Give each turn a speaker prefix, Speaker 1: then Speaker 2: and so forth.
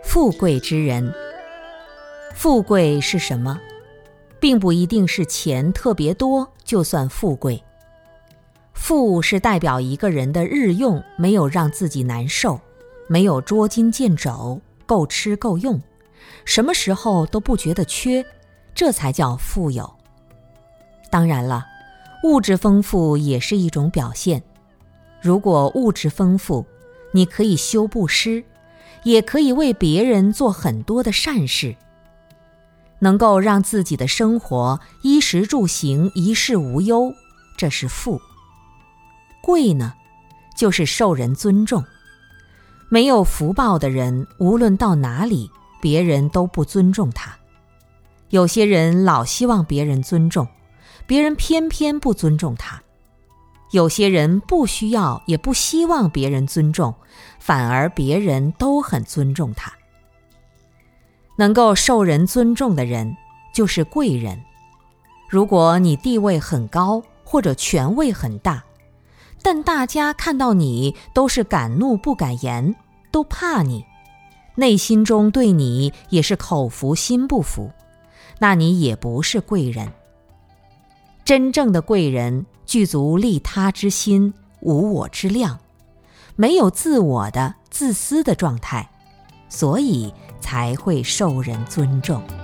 Speaker 1: 富贵之人。富贵是什么？并不一定是钱特别多就算富贵。富是代表一个人的日用没有让自己难受，没有捉襟见肘，够吃够用，什么时候都不觉得缺，这才叫富有。当然了，物质丰富也是一种表现。如果物质丰富，你可以修布施，也可以为别人做很多的善事，能够让自己的生活衣食住行一事无忧，这是富。贵呢，就是受人尊重。没有福报的人，无论到哪里，别人都不尊重他。有些人老希望别人尊重，别人偏偏不尊重他。有些人不需要也不希望别人尊重，反而别人都很尊重他。能够受人尊重的人就是贵人。如果你地位很高或者权位很大，但大家看到你都是敢怒不敢言，都怕你，内心中对你也是口服心不服，那你也不是贵人。真正的贵人具足利他之心，无我之量，没有自我的自私的状态，所以才会受人尊重。